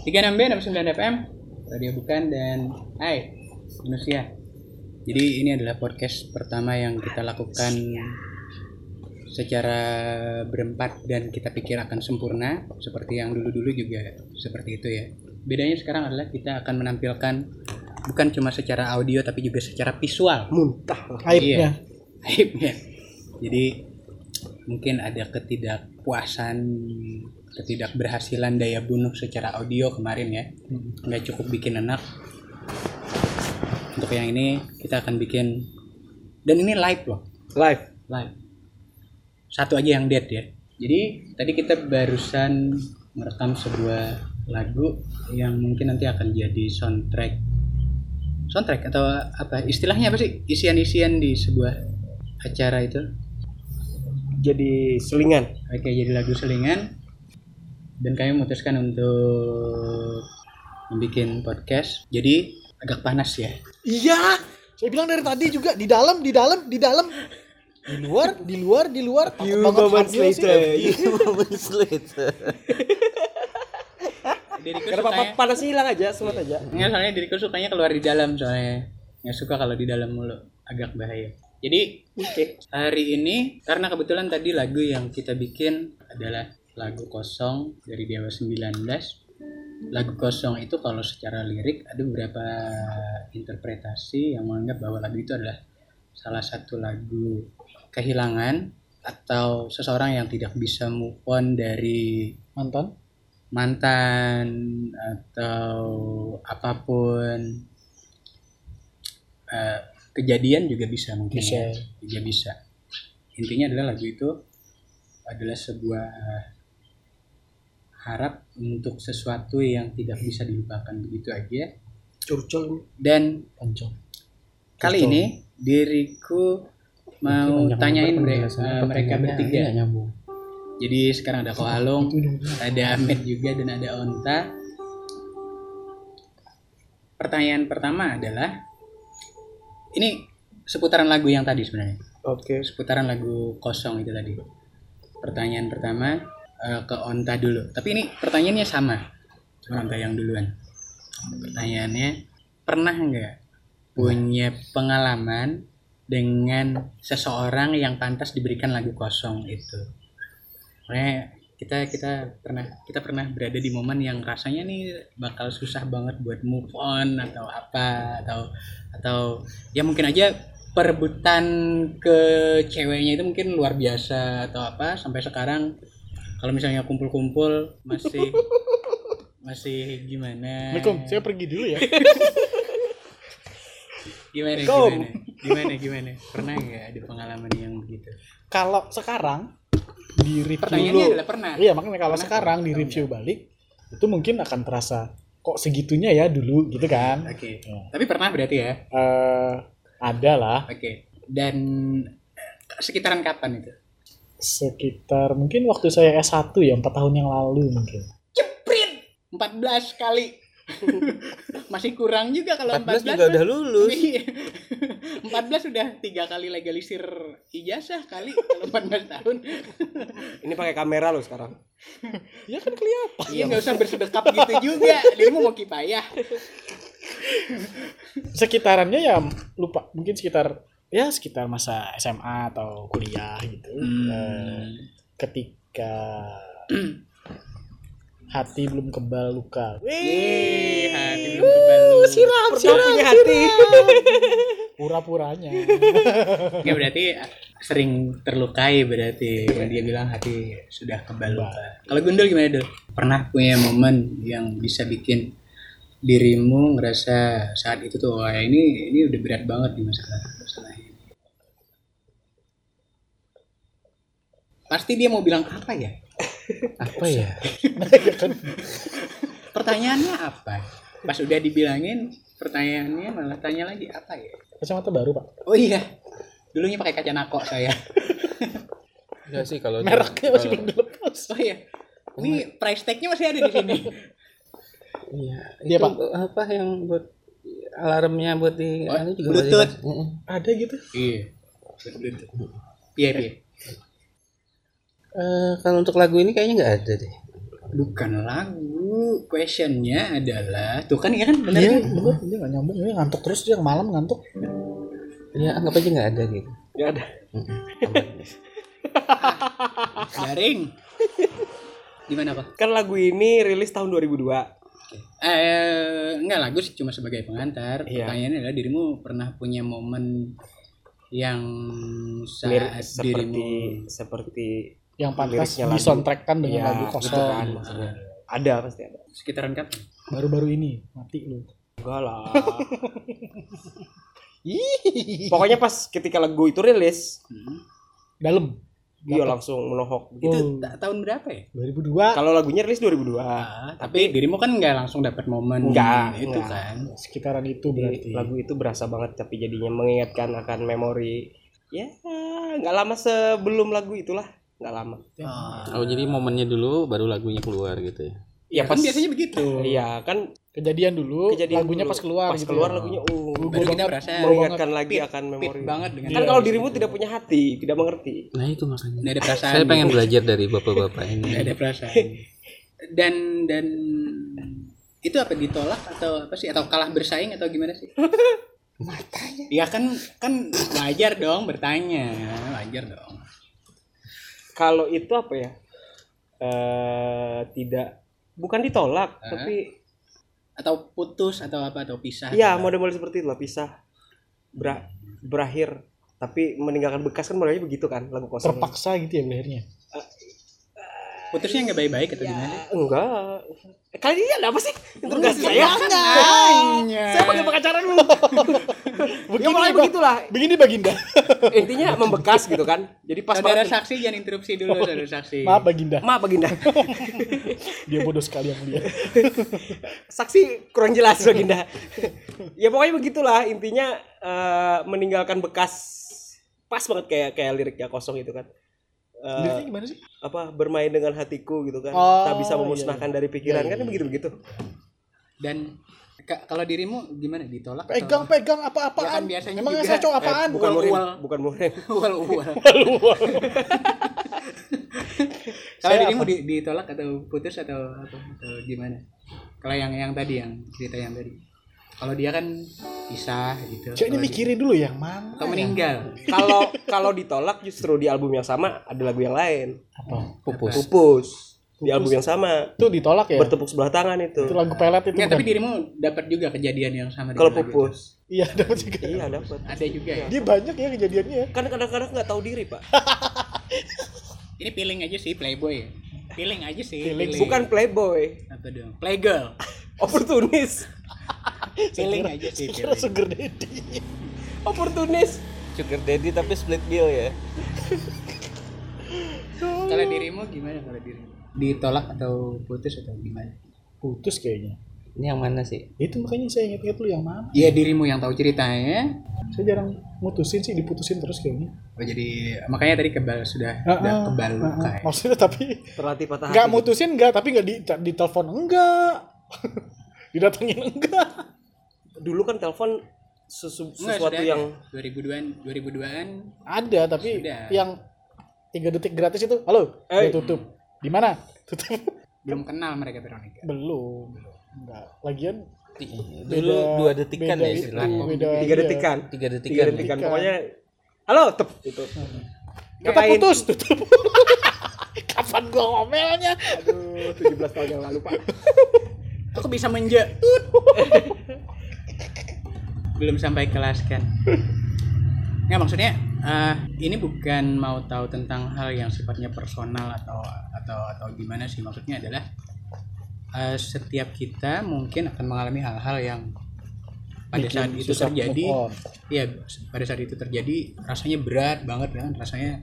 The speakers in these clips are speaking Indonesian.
36B 69 FM Radio Bukan dan Hai Manusia. Jadi ini adalah podcast pertama yang kita lakukan secara berempat dan kita pikir akan sempurna. Seperti yang dulu-dulu juga seperti itu ya. Bedanya sekarang adalah kita akan menampilkan bukan cuma secara audio tapi juga secara visual. Muntah aibnya. Jadi mungkin ada ketidakberhasilan daya bunuh secara audio kemarin ya, nggak cukup bikin enak. Untuk yang ini kita akan bikin, dan ini live loh, live satu aja yang dead ya. Jadi tadi kita barusan merekam sebuah lagu yang mungkin nanti akan jadi soundtrack atau apa istilahnya, apa sih isian di sebuah acara itu, jadi selingan. Oke, jadi lagu selingan. Dan kami memutuskan untuk membuat podcast. Jadi agak panas ya. Iya, saya bilang dari tadi juga di dalam, di luar. You moments later. Kenapa panas hilang aja, semut aja. Enggak, soalnya diriku sukanya keluar di dalam soalnya. Nggak suka kalau di dalam mulu, agak bahaya. Jadi hari ini karena kebetulan tadi lagu yang kita bikin adalah lagu Kosong dari Dewa 19. Lagu Kosong itu kalau secara lirik ada beberapa interpretasi yang menganggap bahwa lagu itu adalah salah satu lagu kehilangan atau seseorang yang tidak bisa move on dari mantan atau apapun. Kejadian juga bisa mungkin juga bisa. Intinya adalah lagu itu adalah sebuah harap untuk sesuatu yang tidak bisa dilupakan begitu aja. Curcol dan pancong. Kali ini diriku mau tanyain mereka bertiga. Jadi sekarang ada Ko Alung, ada Ahmed juga, dan ada Onta. Pertanyaan pertama adalah, ini seputaran lagu yang tadi sebenarnya. Oke. Seputaran lagu Kosong itu tadi. Pertanyaan pertama ke Onta dulu. Tapi ini pertanyaannya sama. Cuma Onta yang duluan. Pertanyaannya, pernah nggak punya pengalaman dengan seseorang yang pantas diberikan lagu Kosong itu? Makanya kita pernah berada di momen yang rasanya nih bakal susah banget buat move on atau apa, atau ya mungkin aja perebutan ke ceweknya itu mungkin luar biasa atau apa, sampai sekarang kalau misalnya kumpul-kumpul masih gimana? Assalamualaikum, saya pergi dulu ya. Gimana? Pernah nggak ada pengalaman yang begitu? Kalau sekarang di review pertanyaannya adalah pernah. Iya, makanya kalau sekarang di review balik itu mungkin akan terasa kok segitunya ya dulu gitu kan. Oke. Ya. Tapi pernah berarti ya? Ada lah. Oke. Dan sekitaran kapan itu? Sekitar mungkin waktu saya S1 ya, 4 tahun yang lalu mungkin. Jeprit! 14 kali. Masih kurang juga kalau 14 juga udah lulus. 14 udah 3 kali legalisir ijazah kali kalau 14 tahun. Ini pakai kamera lo sekarang. Ya kan kelihatan. Iya, enggak usah bersedekap gitu juga. Dirimu mau kipayah. Sekitarannya ya lupa, mungkin sekitar masa SMA atau kuliah gitu. Ketika hati belum kebal luka. Hati belum kebal luka. Siram. Hati. Pura-puranya. Ya berarti sering terlukai berarti. Yang dia bilang hati sudah kebal luka. Kalau Gundul gimana, Dul? Pernah punya momen yang bisa bikin dirimu ngerasa saat itu tuh, wah ini udah berat banget nih masalah ini. Pasti dia mau bilang apa ya? Pertanyaannya apa? Pas udah dibilangin pertanyaannya malah tanya lagi apa ya? Kacamata baru, Pak. Oh iya. Dulunya pakai kaca nako saya. Enggak sih kalau mereknya masih belum dilepas. Oh iya. Ini price tag-nya masih ada di sini. Iya. Dia Pak, apa yang buat alarmnya buat di juga Bluetooth. Ada gitu? Iya. Iya. Kalau untuk lagu ini kayaknya nggak ada deh. Bukan lagu, questionnya adalah tuh kan ya kan benar Iya, kan? bener. Dia nggak nyambung. Dia ngantuk terus, dia malam ngantuk. Ya anggap aja nggak ada gitu. Nggak ada. Garing. Gimana Pak? Kan lagu ini rilis tahun 2002. Enggak, lagu sih cuma sebagai pengantar. Iya. Pertanyaannya adalah dirimu pernah punya momen yang saat seperti Yang pantas liriknya lagu. disoundtrackkan dengan Iya, lagu gitu kosong. kan maksudnya. Ada pasti ada. sekitaran kapan? Baru-baru ini mati lu. Enggak lah. Pokoknya pas ketika lagu itu rilis, Dalam. dia langsung menohok. Itu Oh. tahun berapa ya? 2002. Kalau lagunya rilis 2002. Tapi dirimu kan nggak langsung dapat momen Enggak, itu enggak. kan. Sekitaran itu Jadi, berarti. lagu itu berasa banget tapi jadinya mengingatkan akan memori. Ya, nggak lama sebelum lagu itulah, nggak lama. Oh jadi momennya dulu baru lagunya keluar gitu ya. Ya kan biasanya begitu. Iya kan Kejadian dulu, kejadian lagunya dulu. pas keluar Pas gitu keluar ya. lagunya Baru kita merasa mengingatkan lagi fit- akan fit memori. banget dengan Kan Iya, kalau dirimu tidak punya hati, tidak mengerti. Nah itu makanya. nggak ada perasaan. Saya pengen gitu. belajar dari bapak-bapak ini. Nggak ada perasaan. Dan itu apa ditolak atau apa sih atau kalah bersaing atau gimana sih? Ya kan wajar dong bertanya, wajar dong. Kalau itu apa ya? Tidak, bukan ditolak, tapi Atau putus atau apa atau pisah? ya atau apa? model-model seperti itu lah, pisah, berakhir, tapi meninggalkan bekas kan modelnya begitu kan lagu kosong. Terpaksa gitu ya berakhirnya. Putusnya nggak baik-baik atau gimana? sih? Enggak. Kali ini ada apa sih? Interogasi saya. Nanya. Saya panggil pengacara dulu. Ya mulai Bang. begitulah. Begini Baginda. Intinya membekas gitu kan. Jadi pas Saudara banget. saksi jangan interupsi dulu saudara saksi. Maaf Baginda. Maaf Baginda. Dia bodoh sekali yang dia. Saksi kurang jelas Baginda. Ya pokoknya begitulah intinya, meninggalkan bekas. Pas banget kayak liriknya kosong itu kan. Liriknya gimana sih? Apa bermain dengan hatiku gitu kan. Oh, Tak bisa memusnahkan dari pikiran kan begitu-begitu. Dan kalau dirimu gimana ditolak? Pegang Ya apa-apaan. kan biasanya Emang juga. saya cowok apaan? Bukan murim, Ual-ual. bukan murim. Ual. Kalau Saya dirimu ditolak atau putus atau apa atau gimana? Kalau yang tadi yang cerita yang tadi. Kalau dia kan pisah gitu. Cek ini Kalau mikirin dulu yang mana. atau meninggal. Kalau ditolak justru di album yang sama ada lagu yang lain. Apa? Pupus. Di album yang sama. Itu ditolak ya? Bertepuk sebelah tangan itu. Itu lagu pelet itu. Nggak, bukan? tapi dirimu dapat juga kejadian yang sama Kalau dengan lagu itu. pupus. Iya dapat juga. Iya dapat. Ada juga ya. Dia banyak ya kejadiannya. Kan kadang-kadang nggak tahu diri pak. Ini feeling aja sih playboy. Feeling aja sih. Feeling. Bukan playboy. Apa dong? Playgirl. Oportunis. Feeling aja sih. Kira Feeling. sugar daddy. Oportunis. Sugar daddy tapi split bill ya. Kalau dirimu gimana kalau dirimu? Ditolak atau putus atau gimana? Putus kayaknya. Ini yang mana sih? Itu makanya saya ingat-ingat lu yang mana. Ya dirimu yang tahu ceritanya. Saya jarang mutusin sih, diputusin terus kayaknya. Oh jadi makanya tadi sudah kebal luka ya. Maksudnya tapi Terlatih patah hati. nggak mutusin enggak, tapi nggak di telepon enggak. Didatengin enggak. Dulu kan telepon Enggak, sesuatu sudah yang 2002-an Ada tapi Sudah. yang 3 detik gratis itu. Halo, udah tutup. Di mana? Tutup. belum kenal mereka Veronica. Belum. Enggak. Lagian Dulu 2 detikan beda ya itu, istilahnya. beda 3 iya. detikan. 3 3 detikan. detikan. Pokoknya halo tep gitu. Kita putus, tutup. Kapan gua ngomelnya? Aduh, 17 tahun yang lalu, Pak. Aku bisa menjat. Belum sampai kelas kan. Nggak maksudnya ini bukan mau tahu tentang hal yang sifatnya personal atau gimana sih, maksudnya adalah setiap kita mungkin akan mengalami hal-hal yang pada saat itu susah terjadi, move on. ya pada saat itu terjadi rasanya berat banget kan, rasanya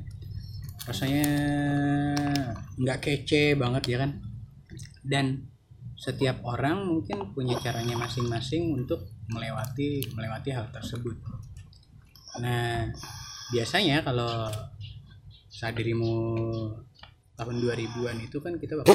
nggak kece banget ya kan. Dan setiap orang mungkin punya caranya masing-masing untuk melewati hal tersebut. Nah, biasanya kalau saat dirimu tahun 2000-an itu kan kita waktu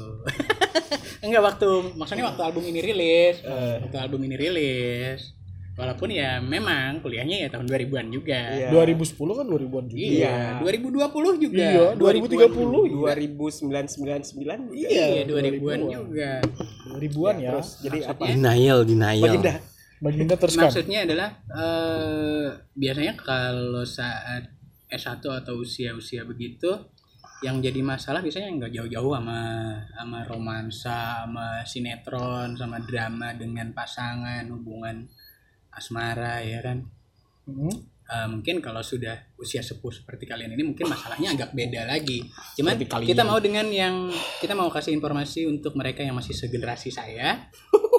maksudnya waktu album ini rilis. Waktu album ini rilis Walaupun ya memang kuliahnya ya tahun 2000-an juga. Iya. 2010 kan 2000-an juga. Iya, 2020 juga. Iya, 2030 juga. 2999 Iya, 2000-an juga. 2000-an ya. Terus jadi apa? Denial. Baginda. Baginda teruskan. Maksudnya adalah biasanya kalau saat S1 atau usia-usia begitu yang jadi masalah biasanya nggak jauh-jauh sama romansa, sama sinetron, sama drama dengan pasangan, hubungan asmara ya kan. Mungkin kalau sudah usia sepuh seperti kalian ini mungkin masalahnya agak beda lagi. Cuman kita mau kita mau kasih informasi untuk mereka yang masih segenerasi saya.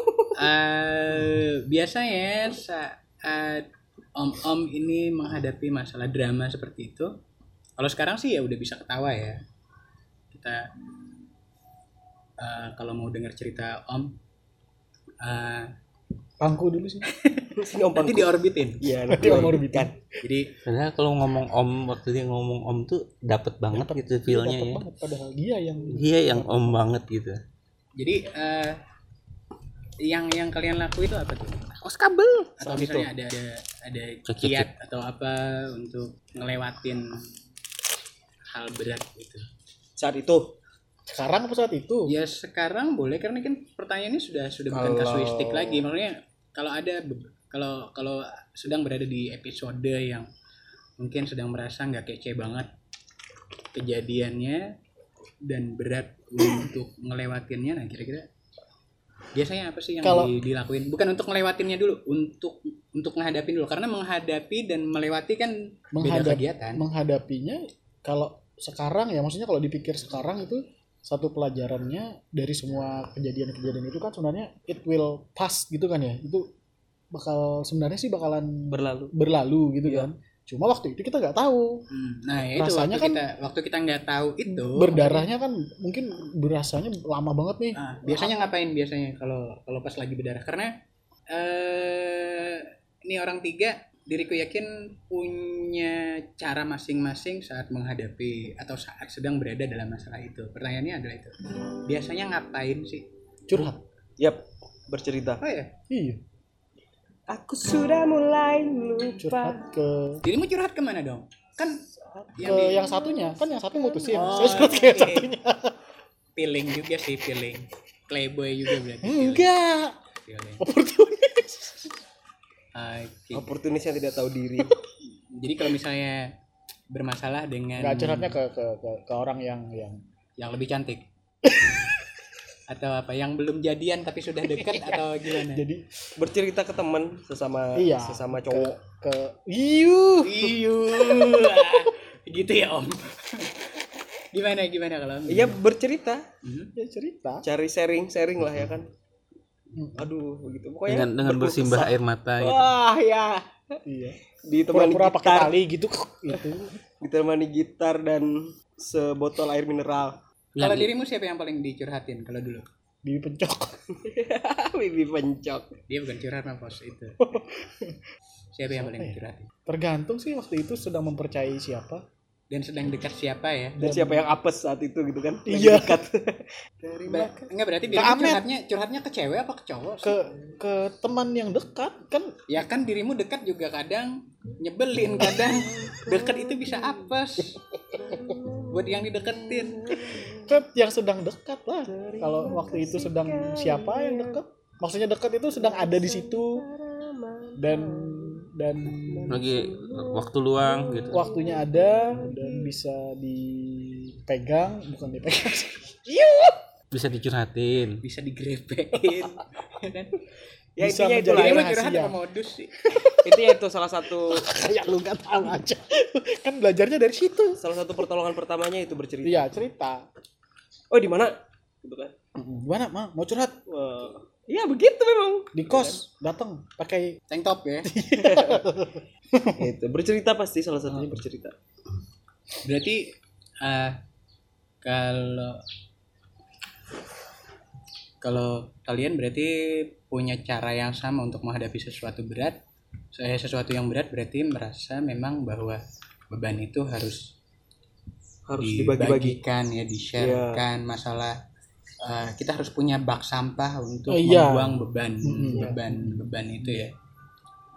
Biasanya saat om-om ini menghadapi masalah drama seperti itu, kalau sekarang sih ya udah bisa ketawa ya. Kita kalau mau dengar cerita om, Pangku dulu sih. Sini Om nanti Pangku. diorbitin. Iya, Nanti Om orbitan. Jadi Padahal kalau ngomong om, waktu dia ngomong om tuh dapat banget gitu feel-nya Dapet ya. banget, padahal dia yang Dia yang om banget gitu. jadi yang kalian lakuin itu apa tuh? Kos kabel. Atau misalnya ada Cek. kiat atau apa untuk ngelewatin hal berat gitu. Saat itu sekarang apa saat itu? Ya sekarang boleh karena kan pertanyaannya sudah bukan Kalau- kasuistik lagi. Maksudnya kalau sedang berada di episode yang mungkin sedang merasa nggak kece banget kejadiannya dan berat untuk ngelewatinnya, nah kira-kira biasanya apa sih yang Kalau- dilakuin? Bukan untuk ngelewatinnya dulu, untuk menghadapi dulu, karena menghadapi dan melewati kan beda kegiatan. Menghadapinya kalau sekarang ya, maksudnya kalau dipikir sekarang itu satu pelajarannya dari semua kejadian-kejadian itu kan sebenarnya it will pass gitu kan ya. Itu bakalan berlalu gitu kan. Cuma waktu itu kita nggak tahu. Nah ya itu Rasanya waktu kita nggak tahu itu Berdarahnya kan mungkin berasanya lama banget nih. biasanya ngapain biasanya kalau pas lagi berdarah? Karena ini orang tiga, diriku yakin punya cara masing-masing saat menghadapi atau saat sedang berada dalam masalah itu. Pertanyaannya adalah itu. Biasanya ngapain sih? Curhat. Yap, bercerita. Oh ya, Iya, Aku sudah mulai lupa. curhat ke dirimu curhat kemana dong? Kan yang satunya, kan yang satu mutusin. Oh, Saya curhat ke yang oke. satunya. Feeling juga sih, feeling. Playboy juga berarti. feeling. Enggak. Feeling. Oportunis. Oke. Oportunis yang tidak tahu diri. Jadi kalau misalnya bermasalah dengan Enggak, curhatnya ke orang yang yang lebih cantik atau apa yang belum jadian tapi sudah dekat atau gimana? jadi Bercerita ke teman sesama Iya, sesama cowok. ke iyu. Gitu ya om. Gimana kalau om? Iya, bercerita, Ya cerita. cari sharing lah ya kan. Aduh, begitu. Pokoknya Dengan bersimbah air mata gitu. Wah, ya. Iya. Ditemani Pura-pura pakai gitar, tali gitu itu. ditemani gitar dan sebotol air mineral. Kalau dirimu siapa yang paling dicurhatin kalau dulu? Bibi pencok. Bibi pencok. Dia bukan curhat mah bos itu. Siapa yang paling dicurhatin? Tergantung sih waktu itu sedang mempercayai siapa. Dan sedang dekat siapa ya? Dan siapa yang apes saat itu gitu kan? Lagi Iya. dekat. Enggak berarti Ke dirimu Amet. curhatnya ke cewek apa ke cowok sih? Ke teman yang dekat kan. Ya kan dirimu dekat juga kadang nyebelin, kadang dekat itu bisa apes. Buat yang dideketin. Kan yang sedang dekat lah. Kalau waktu itu sedang siapa yang dekat? Maksudnya dekat itu sedang ada di situ dan Lagi waktu luang gitu. waktunya ada dan bisa dipegang, bukan dipegang sih. Bisa dicurhatin. Bisa digrebekin. Ya Bisa intinya menjadi itulah. Dirimu rahasia. curhat apa modus sih? Intinya itu salah satu Kayak lu nggak tahu aja. Kan belajarnya dari situ. salah satu pertolongan pertamanya itu bercerita. Iya, cerita. Oh, di mana? Gitu kan. Gimana, Ma? Mau curhat? Wah. Iya, begitu memang. Di kos, datang pakai Tank top ya. Itu bercerita pasti salah satunya bercerita. Berarti kalau kalau kalian berarti punya cara yang sama untuk menghadapi sesuatu berat. Sesuatu yang berat berarti merasa memang bahwa beban itu harus Dibagi-bagi. dibagikan ya, di-sharekan masalah kita harus punya bak sampah untuk Iya. membuang beban itu ya.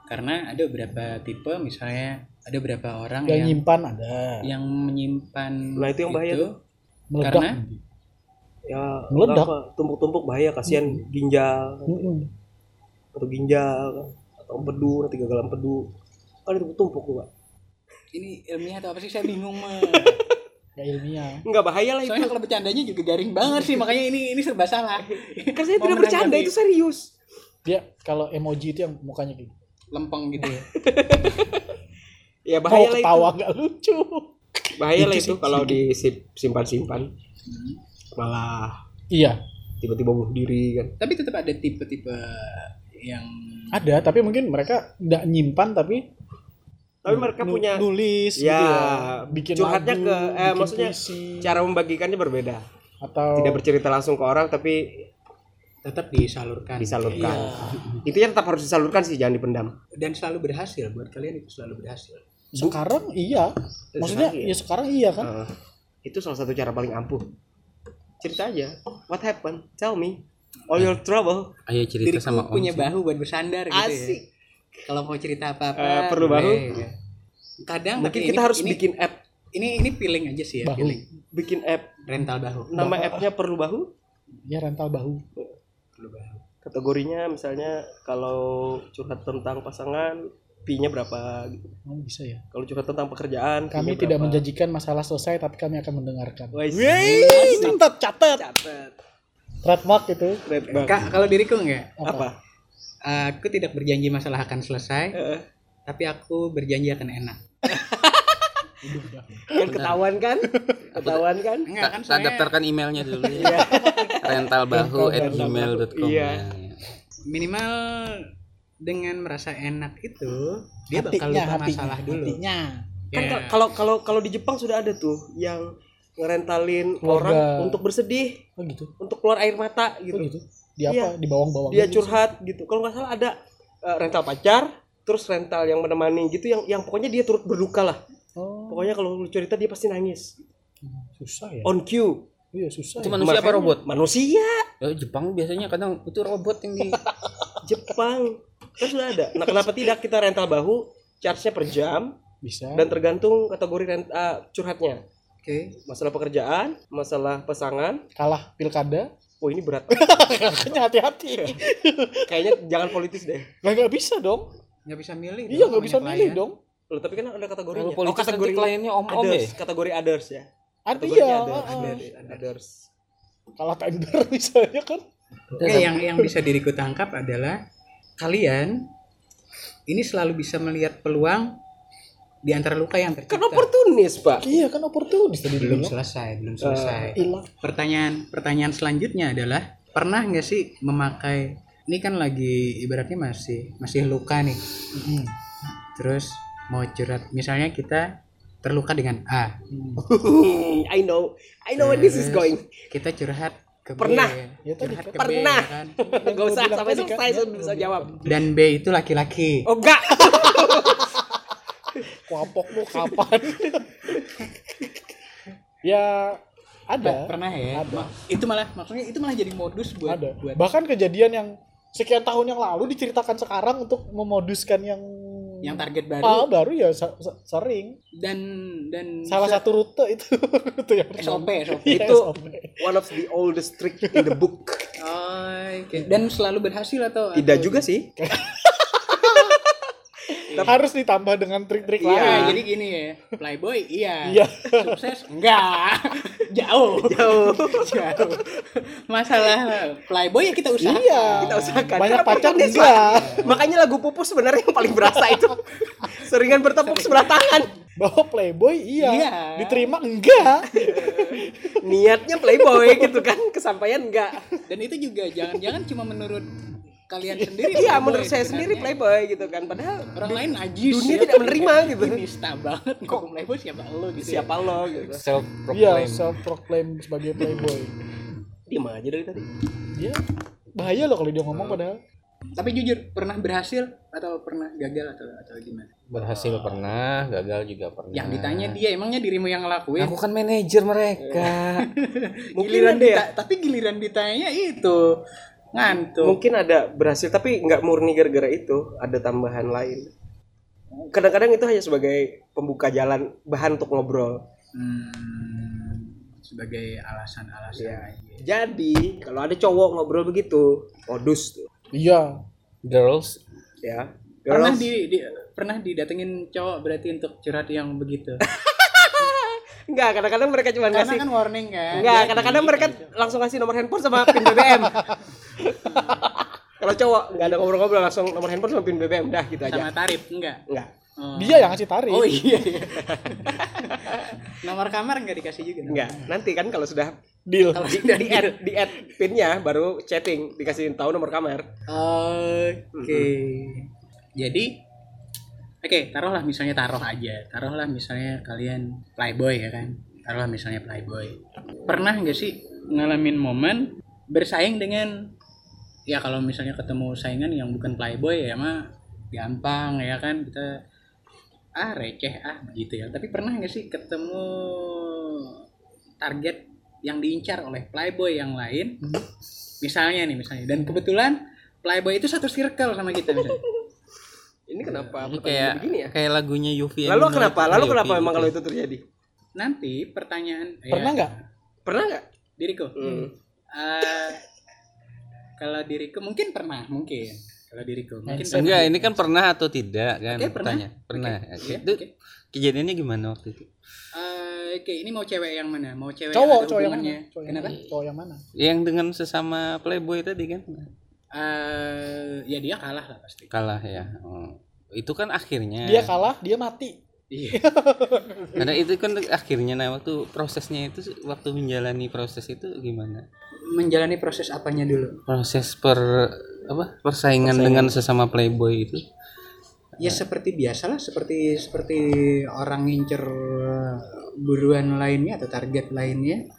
Karena ada beberapa tipe, misalnya ada beberapa orang Yang yang nyimpan ada. yang menyimpan Nah, itu yang bahaya tuh. Meledak. Karena Ya Meledak. apa, tumpuk-tumpuk bahaya, kasihan ginjal atau ginjal atau empedu, nanti gagal empedu. Kan itu tumpuk tuh, Pak. ini ilmiah atau apa sih, saya bingung mah. Gak ilmiah. Enggak bahaya lah itu. Soalnya kalau bercandanya juga garing banget sih, makanya ini serba salah. Kan saya Mau tidak bercanda, menanggapi. itu serius. Dia kalau emoji itu yang mukanya gitu. Lempeng gitu ya. Ya Mau bahaya lah itu. ketawa gak lucu. Bahaya lah Lucu itu sih. kalau disimpan-simpan. Malah Iya, tiba-tiba bunuh diri kan. Tapi tetap ada tipe-tipe yang ada, tapi mungkin mereka nggak nyimpan tapi Tapi mereka punya nulis ya, gitu ya. Bikin curhatnya lagu, ke bikin maksudnya puisi, cara membagikannya berbeda. atau Tidak bercerita langsung ke orang tapi tetap disalurkan. disalurkan. Iya. Intinya tetap harus disalurkan sih, jangan dipendam. Dan selalu berhasil, buat kalian itu selalu berhasil. sekarang iya. Maksudnya ya sekarang iya kan. Itu salah satu cara paling ampuh. Cerita aja. What happened? Tell me. All your trouble. Ayo cerita Diriku sama Om. punya sih. bahu buat bersandar gitu Asik. ya. Kalau mau cerita apa-apa Perlu bahu. boleh. Kadang Mungkin tapi kita harus ini, bikin app. ini feeling aja sih ya, Bahu. feeling. Bikin app. Rental bahu. Nama appnya perlu bahu. Ya rental bahu. Perlu bahu. Kategorinya misalnya kalau curhat tentang pasangan, fee-nya berapa gitu. Oh, bisa ya. Kalau curhat tentang pekerjaan, Kami fee-nya tidak berapa. menjanjikan masalah selesai, tapi kami akan mendengarkan. Wih, Catat. catat. Trademark itu. Red banget. Kak, kalau diriku enggak, Apa? aku tidak berjanji masalah akan selesai, tapi aku berjanji akan enak. Kan ketahuan kan? Ketahuan kan? Enggak kan, Kita soalnya daftarkan emailnya dulu ya. rentalbahu@gmail.com. Iya. minimal dengan merasa enak itu dia bakal Hatinya, lupa masalah dulu. hatinya. Kan Ya. kalau di Jepang sudah ada tuh yang ngerentalin Keluarga. orang untuk bersedih, Oh gitu. untuk keluar air mata Oh gitu. gitu. Di apa? Di bawang-bawang. Dia curhat gitu. Kalau nggak salah ada rental pacar, terus rental yang menemani gitu, yang pokoknya dia turut berduka lah. Oh, Pokoknya kalau lu cerita dia pasti nangis. susah ya. On cue. Iya, susah. Itu Ya. manusia apa Makanya robot? Manusia. Jepang biasanya kadang itu robot yang di Jepang. Kan sudah ada. Nah, kenapa tidak kita rental bahu, charge-nya per jam Bisa. dan tergantung kategori curhatnya. Oke. Masalah pekerjaan, masalah pasangan. Kalah pilkada. Oh, ini berat. Makanya hati-hati. Kayaknya jangan politis deh. Nggak bisa dong. Nggak bisa milih. Iya, dong, nggak bisa namanya milih klien. dong. Loh, tapi kan ada kategorinya. Kalau politis nanti kliennya om-om others, ya. kategori others ya. Ada Kategorinya iya. others. Others. Kalah tender misalnya kan. Oke, yang bisa diriku tangkap adalah kalian ini selalu bisa melihat peluang di antara luka yang tercipta. Kan oportunis, Pak. Iya kan oportunis tadi belum dibilang. selesai. Hilang. Pertanyaan selanjutnya adalah pernah nggak sih memakai, ini kan lagi ibaratnya masih luka nih, terus mau curhat, misalnya kita terluka dengan A, I know where this is going. kita curhat ke Pernah. B, Ya tadi curhat kan. ke Pernah. B, kan? Gak usah bilang sampai tadi kan. selesai sudah bisa jawab. Dan B itu laki-laki. Oh enggak. Kuapok lu kapan? Ya ada. Pernah ya? Ada. Itu malah jadi modus buat Ada. buat Bahkan kejadian yang sekian tahun yang lalu diceritakan sekarang untuk memoduskan yang target baru baru ya sering. dan Salah satu rute itu itu yang SOP. Iya, Itu SOP. one of the oldest trick in the book. Oh, oke. Dan selalu berhasil atau Tidak juga sih. Harus ditambah dengan trik-trik Iya, lain. jadi gini ya. Playboy iya. Iya. Sukses enggak. Jauh. Masalah Playboy ya kita usahakan. Iya. Kita usahakan. Banyak Karena pacar oportunis, enggak. Pak. Makanya lagu Pupus sebenarnya yang paling berasa itu. Seringan bertepuk sebelah tangan. Bahwa Playboy iya. Iya. Diterima enggak. Niatnya Playboy gitu kan, kesampaian enggak. Dan itu juga jangan-jangan cuma menurut kalian sendiri. Iya, Playboy menurut saya sendiri sebenarnya. Playboy gitu kan. Padahal Orang lain najis. dunia ya. tidak menerima gitu. Ini nista banget kok Playboy siapa lo gitu. Siapa lo gitu. Self Iya, proclaim. self proclaim sebagai Playboy. Diam aja dari tadi. Dia bahaya loh kalau dia ngomong padahal. Tapi jujur pernah berhasil atau pernah gagal atau gimana? Berhasil pernah, gagal juga pernah. Yang ditanya dia, emangnya dirimu yang ngelakuin? Aku kan manajer mereka. Mungkin ada ya. Tapi giliran ditanya itu Ngantuk. Mungkin ada berhasil tapi nggak murni gara-gara itu, ada tambahan lain. Kadang-kadang itu hanya sebagai pembuka jalan, bahan untuk ngobrol. Sebagai alasan-alasan Ya. aja. Jadi kalau ada cowok ngobrol begitu, modus tuh. Iya. Girls. Ya. Pernah Girls. pernah didatengin cowok berarti untuk curhat yang begitu. Enggak, kadang-kadang mereka cuma Karena ngasih. kan warning kan. Enggak, Jadi, kadang-kadang mereka langsung ngasih nomor handphone sama pin BBM. Kalau cowok nggak ada ngobrol-ngobrol, langsung nomor handphone sama pin BBM, dah gitu aja. sama tarif enggak? Enggak. Oh. Dia yang ngasih tarif. Oh iya. Nomor kamar enggak dikasih juga? Enggak. Nanti kan kalau sudah Deal. Kalau di add pinnya baru chatting, dikasih tahu nomor kamar. Oke. Jadi taruhlah misalnya kalian playboy ya kan. Taruhlah misalnya playboy. Pernah enggak sih ngalamin momen bersaing dengan, ya kalau misalnya ketemu saingan yang bukan playboy ya mah gampang ya kan, kita receh begitu ya. Tapi pernah enggak sih ketemu target yang diincar oleh playboy yang lain? Misalnya dan kebetulan playboy itu satu circle sama kita misalnya. Ini kenapa Ini pertanyaan begini ya? kayak lagunya Yufi. Lalu kenapa memang kalau itu terjadi? Nanti pertanyaan Pernah nggak? Pernah nggak? diriku? Kalau diriku mungkin pernah, kalau diriku mungkin Enggak, ini kan pernah atau tidak kan? Oke, pernah. Pernah. Oke, Itu oke. kejadiannya gimana waktu itu? Ini mau cewek yang mana? Mau cewek Cowok yang ada yang hubungannya? mana? Cowok yang Kenapa? mana? Cowok yang mana? Yang dengan sesama playboy tadi kan? Ya dia kalah lah pasti. Kalah ya. Itu kan akhirnya. Dia kalah, dia mati. Iya. Karena itu kan akhirnya waktu prosesnya itu, waktu menjalani proses itu gimana? Menjalani proses apanya dulu? Proses persaingan dengan sesama playboy itu. Ya seperti biasalah, seperti orang ngincer buruan lainnya atau target lainnya.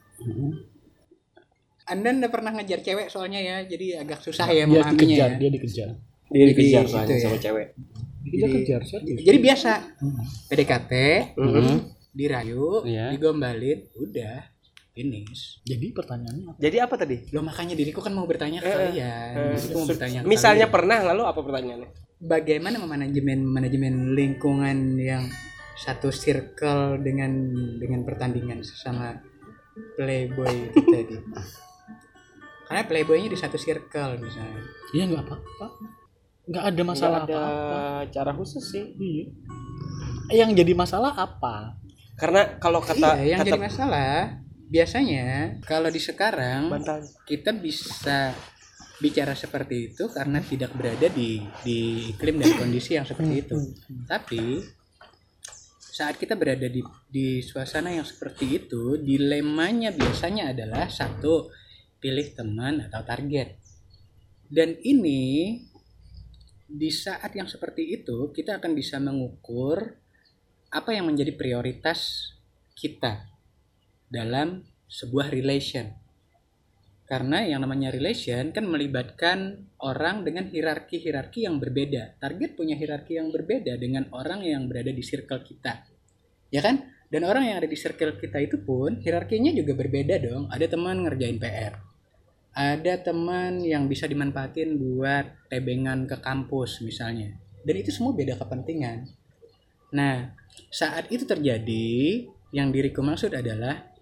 Anda udah pernah ngejar cewek soalnya ya, jadi agak susah ya Dia memahaminya dikejar, ya. dia dikejar. Dia dikejar Jadi, soalnya gitu sama ya. cewek. Dikejar, serius. Jadi biasa PDKT, dirayu, Iya. digombalin, udah finish. Jadi pertanyaannya apa? Jadi apa tadi? Loh makanya diriku kan mau bertanya ke kalian. Diriku mau bertanya ke Misalnya kalian. pernah, lalu apa pertanyaannya? Bagaimana manajemen lingkungan yang satu circle dengan pertandingan sesama playboy itu tadi? Karena playboynya di satu circle misalnya. Iya nggak apa-apa. Nggak ada masalah Nggak ada apa-apa. cara khusus sih. Iya. Yang jadi masalah apa? Karena kalau kata Iya, yang jadi masalah biasanya kalau di sekarang bantal. kita bisa bicara seperti itu karena tidak berada di iklim dan kondisi yang seperti itu. Tapi saat kita berada di suasana yang seperti itu, dilemanya biasanya adalah satu, pilih teman atau target. Dan ini di saat yang seperti itu kita akan bisa mengukur apa yang menjadi prioritas kita dalam sebuah relation. Karena yang namanya relation kan melibatkan orang dengan hierarki yang berbeda. Target punya hierarki yang berbeda dengan orang yang berada di circle kita. Ya kan? Dan orang yang ada di circle kita itu pun hierarkinya juga berbeda dong. Ada teman ngerjain PR. Ada teman yang bisa dimanfaatin buat tebengan ke kampus misalnya. Dan itu semua beda kepentingan. Nah, saat itu terjadi, yang diriku maksud adalah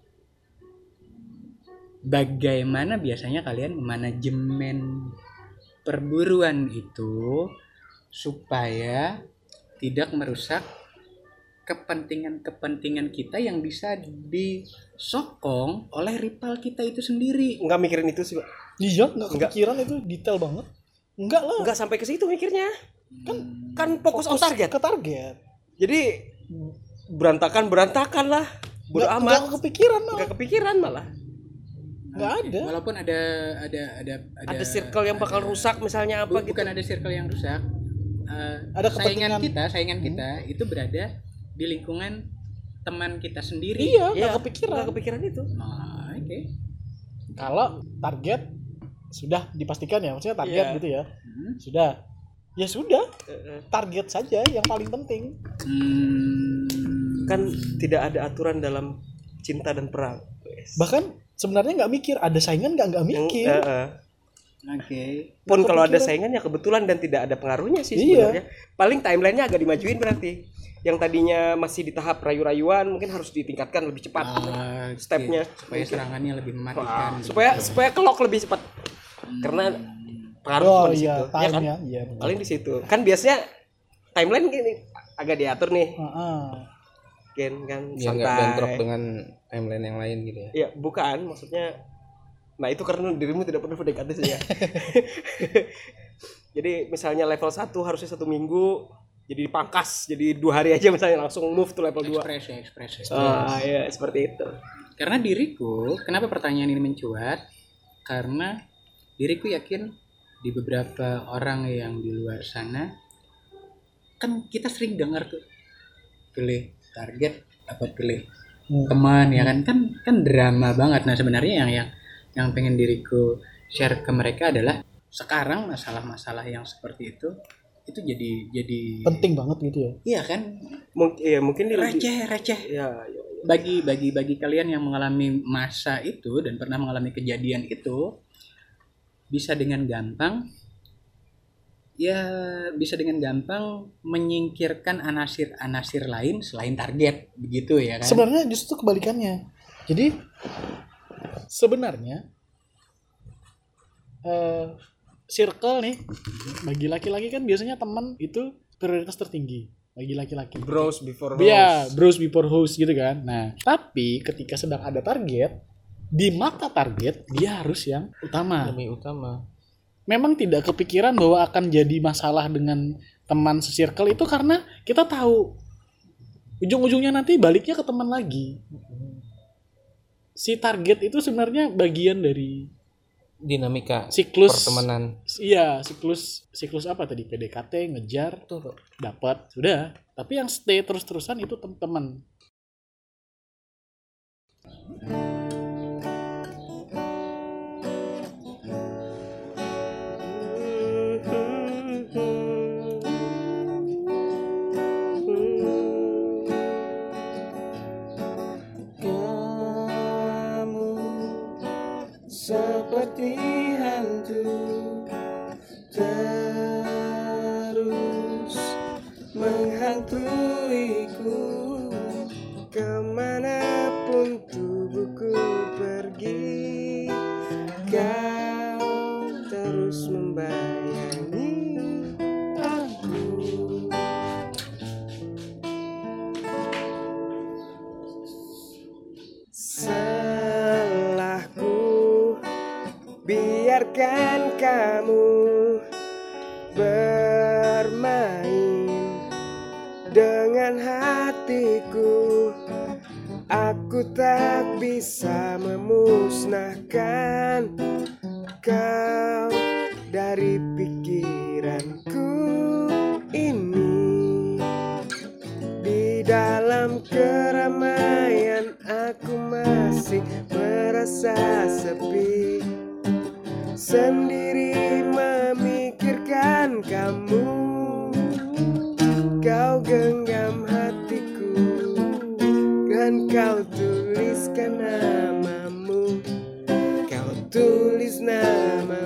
bagaimana biasanya kalian memanajemen perburuan itu supaya tidak merusak kepentingan kita yang bisa disokong oleh rival kita itu sendiri. Nggak mikirin itu sih, Pak. Iya, nggak kepikiran itu detail banget. Enggak lah. Nggak sampai ke situ mikirnya. Kan fokus on target. Ke target. Jadi berantakan lah. Bodo Nggak amat. kepikiran malah. Nggak kepikiran malah. Nggak ada. Walaupun ada Circle yang bakal rusak misalnya apa gitu. bukan ada circle yang rusak. Ada saingan kepentingan. kita itu berada di lingkungan teman kita sendiri. Iya, Iya, nggak kepikiran. Nggak kepikiran itu. Oke. Kalau target sudah dipastikan ya, maksudnya target Iya. gitu ya. Sudah. Ya sudah. Target saja yang paling penting. Kan tidak ada aturan dalam cinta dan perang. Bahkan sebenarnya nggak mikir ada saingan nggak mikir. Oke. Pun kalau ada saingan ya kebetulan dan tidak ada pengaruhnya sih sebenarnya. Paling timelinenya agak dimajuin berarti. Yang tadinya masih di tahap rayu-rayuan mungkin harus ditingkatkan lebih cepat stepnya supaya serangannya lebih mematikan. supaya kelok lebih cepat. Karena pengaruh Oh cuma di iya, situ. Ya kan? time-nya. Iya. benar. Paling di situ. Kan biasanya timeline gini agak diatur nih. Heeh. Kan Biar nggak santai. bentrok dengan timeline yang lain gitu ya. Iya, bukan maksudnya. Nah, itu karena dirimu tidak pernah PDKT sih ya. Jadi misalnya level 1 harusnya 1 minggu, jadi dipangkas jadi 2 hari aja misalnya langsung move to level 2. Ekspresi. Ya seperti itu. Karena diriku, kenapa pertanyaan ini mencuat? Karena diriku yakin di beberapa orang yang di luar sana, kan kita sering dengar tuh pilih target apa pilih teman ya kan drama banget. Nah sebenarnya yang pengen diriku share ke mereka adalah sekarang masalah-masalah yang seperti itu jadi Penting banget gitu ya. iya kan Mungkin ini receh ya. bagi kalian yang mengalami masa itu dan pernah mengalami kejadian itu bisa dengan gampang menyingkirkan anasir lain selain target begitu ya kan. Sebenarnya justru kebalikannya. Jadi sebenarnya circle nih bagi laki-laki kan biasanya teman itu prioritas tertinggi bagi laki-laki. Bros before hoes. Iya, bros before hoes gitu kan. Nah, tapi ketika sedang ada target, di mata target dia harus yang utama. Lebih utama. Memang tidak kepikiran bahwa akan jadi masalah dengan teman se-circle itu karena kita tahu ujung-ujungnya nanti baliknya ke teman lagi. Si target itu sebenarnya bagian dari Dinamika siklus pertemanan. Iya, siklus apa tadi? PDKT, ngejar, dapat, sudah. Tapi yang stay terus-terusan itu teman. Kamu seperti hantu terus menghantuiku kemanapun tubuhku pergi. Kau terus membayangi aku. Salahku biarkan kamu bermain dengan hatiku. Aku tak bisa memusnahkan kau dari pikiranku ini. Di dalam keramaian aku masih merasa sepi, sendiri memikirkan kamu. Kau genggam hatiku dan kau tuliskan namamu. Kau tulis nama